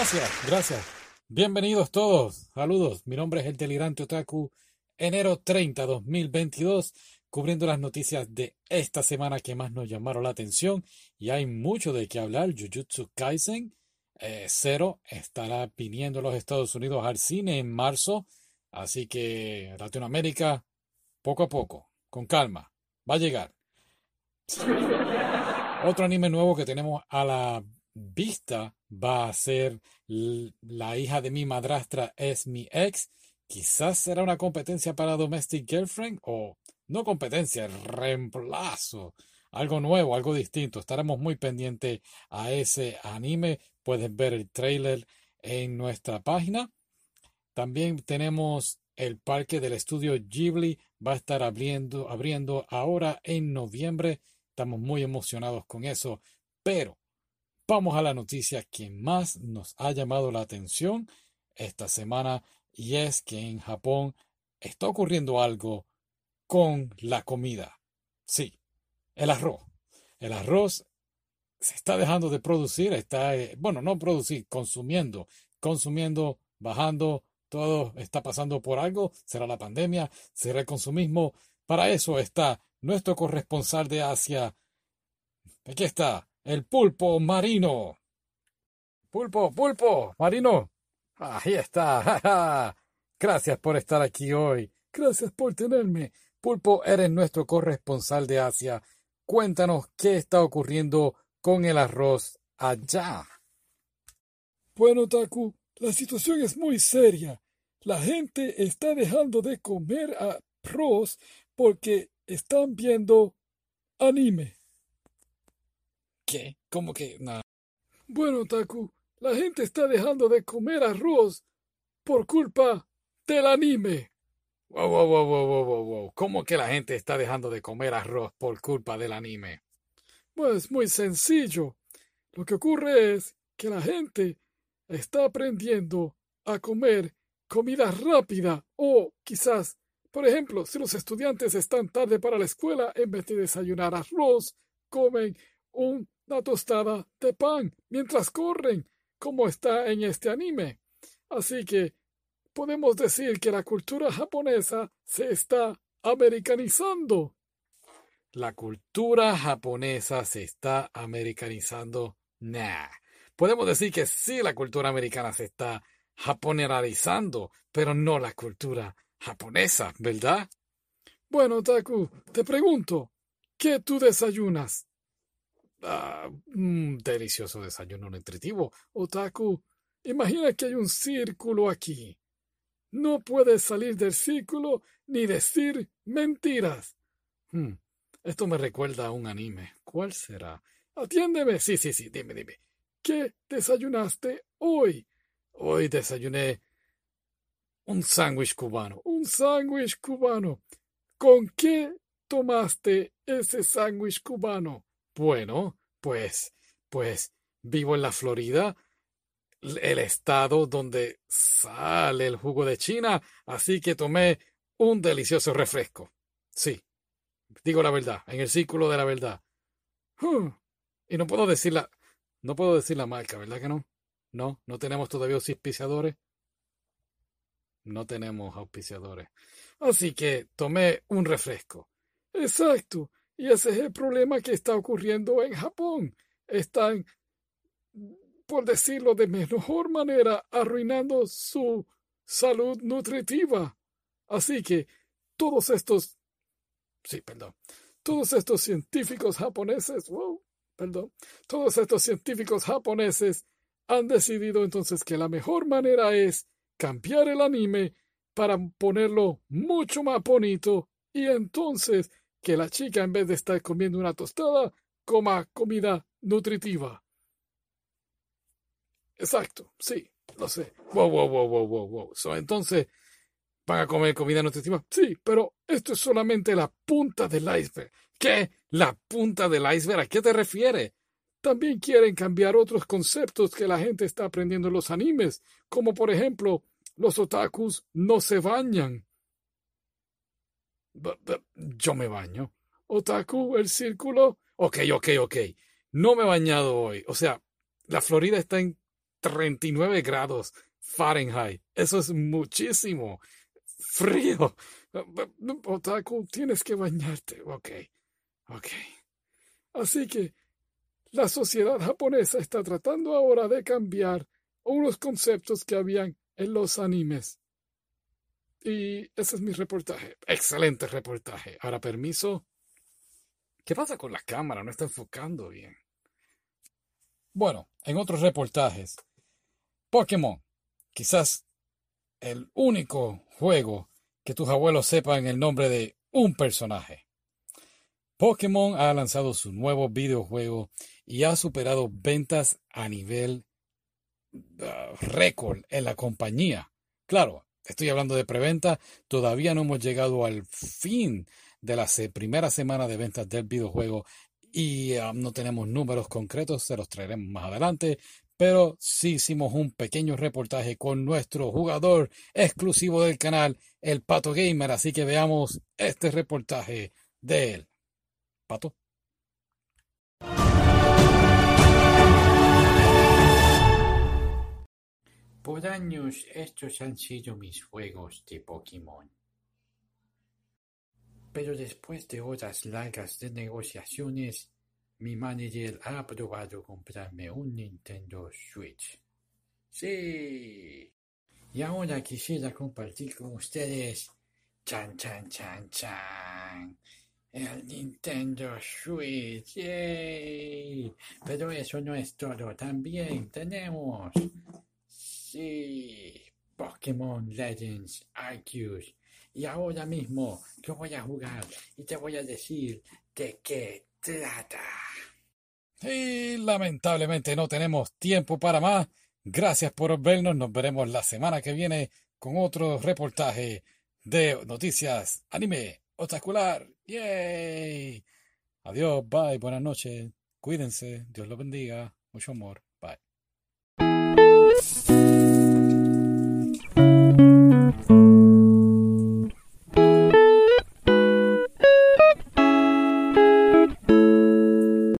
Gracias. Bienvenidos todos. Saludos. Mi nombre es el Delirante Otaku. Enero 30, 2022, cubriendo las noticias de esta semana que más nos llamaron la atención. Y hay mucho de qué hablar. Jujutsu Kaisen Zero estará viniendo a los Estados Unidos al cine en marzo. Así que Latinoamérica, poco a poco, con calma, va a llegar. Otro anime nuevo que tenemos a la vista va a ser La hija de mi madrastra es mi ex. Quizás será una competencia para Domestic Girlfriend o no competencia, reemplazo. Algo nuevo, algo distinto. Estaremos muy pendientes a ese anime. Puedes ver el trailer en nuestra página. También tenemos el parque del estudio Ghibli. Va a estar abriendo ahora en noviembre. Estamos muy emocionados con eso. Pero vamos a la noticia que más nos ha llamado la atención esta semana y es que en Japón está ocurriendo algo con la comida. Sí, el arroz. El arroz se está dejando de producir, bueno, no producir, consumiendo, bajando, todo está pasando por algo. ¿Será la pandemia? ¿Será el consumismo? Para eso está nuestro corresponsal de Asia. Aquí está, el pulpo marino. Pulpo, marino. Ahí está. ¡Ja! Gracias por estar aquí hoy. Gracias por tenerme. Pulpo, eres nuestro corresponsal de Asia. Cuéntanos qué está ocurriendo con el arroz allá. Bueno, Taku, la situación es muy seria. La gente está dejando de comer arroz porque están viendo anime. ¿Qué? ¿Cómo que? No. Bueno, Taku, la gente está dejando de comer arroz por culpa del anime. Wow. ¿Cómo que la gente está dejando de comer arroz por culpa del anime? Pues muy sencillo. Lo que ocurre es que la gente está aprendiendo a comer comida rápida o quizás, por ejemplo, si los estudiantes están tarde para la escuela, en vez de desayunar arroz, comen una tostada de pan mientras corren, como está en este anime. Así que podemos decir que la cultura japonesa se está americanizando. La cultura japonesa se está americanizando. Nah. Podemos decir que sí, la cultura americana se está japonerizando, pero no la cultura japonesa, ¿verdad? Bueno, Taku, te pregunto, ¿qué tú desayunas? Delicioso desayuno nutritivo. Otaku, imagina que hay un círculo aquí. No puedes salir del círculo ni decir mentiras. Hmm, Esto me recuerda a un anime. ¿Cuál será? Atiéndeme. Sí, dime. ¿Qué desayunaste hoy? Hoy desayuné un sándwich cubano. Un sándwich cubano. ¿Con qué tomaste ese sándwich cubano? Bueno, pues vivo en la Florida, el estado donde sale el jugo de China, así que tomé un delicioso refresco. Sí, digo la verdad, en el círculo de la verdad. Huh. Y no puedo decir la marca, ¿verdad que no? No tenemos todavía auspiciadores. No tenemos auspiciadores. Así que tomé un refresco. Exacto. Y ese es el problema que está ocurriendo en Japón. Están, por decirlo de mejor manera, arruinando su salud nutritiva. Así que todos estos, Sí, perdón. todos estos científicos japoneses, todos estos científicos japoneses han decidido entonces que la mejor manera es cambiar el anime para ponerlo mucho más bonito y entonces que la chica en vez de estar comiendo una tostada, coma comida nutritiva. Exacto, sí, lo sé. Wow. Entonces, ¿van a comer comida nutritiva? Sí, pero esto es solamente la punta del iceberg. ¿Qué? ¿La punta del iceberg? ¿A qué te refieres? También quieren cambiar otros conceptos que la gente está aprendiendo en los animes, como por ejemplo, los otakus no se bañan. Yo me baño. Otaku, el círculo. Ok. No me he bañado hoy. O sea, la Florida está en 39 grados Fahrenheit. Eso es muchísimo frío. Otaku, tienes que bañarte. Ok. Así que la sociedad japonesa está tratando ahora de cambiar unos conceptos que habían en los animes. Y ese es mi reportaje. Excelente reportaje. Ahora, permiso. ¿Qué pasa con la cámara? No está enfocando bien. Bueno, en otros reportajes, Pokémon. Quizás el único juego que tus abuelos sepan el nombre de un personaje. Pokémon ha lanzado su nuevo videojuego y ha superado ventas a nivel récord en la compañía. Claro, estoy hablando de preventa, todavía no hemos llegado al fin de la primera semana de ventas del videojuego y no tenemos números concretos, se los traeremos más adelante, pero sí hicimos un pequeño reportaje con nuestro jugador exclusivo del canal, el Pato Gamer, así que veamos este reportaje de él. Pato. Por años estos han sido mis juegos de Pokémon. Pero después de horas largas de negociaciones, mi manager ha aprobado comprarme un Nintendo Switch. ¡Sí! Y ahora quisiera compartir con ustedes, chan, el Nintendo Switch. ¡Yay! Pero eso no es todo, también tenemos... Sí, Pokémon Legends Arceus. Y ahora mismo yo voy a jugar y te voy a decir de qué trata. Y lamentablemente no tenemos tiempo para más. Gracias por vernos. Nos veremos la semana que viene con otro reportaje de noticias anime otakular. ¡Yay! Adiós, bye, buenas noches. Cuídense. Dios los bendiga. Mucho amor.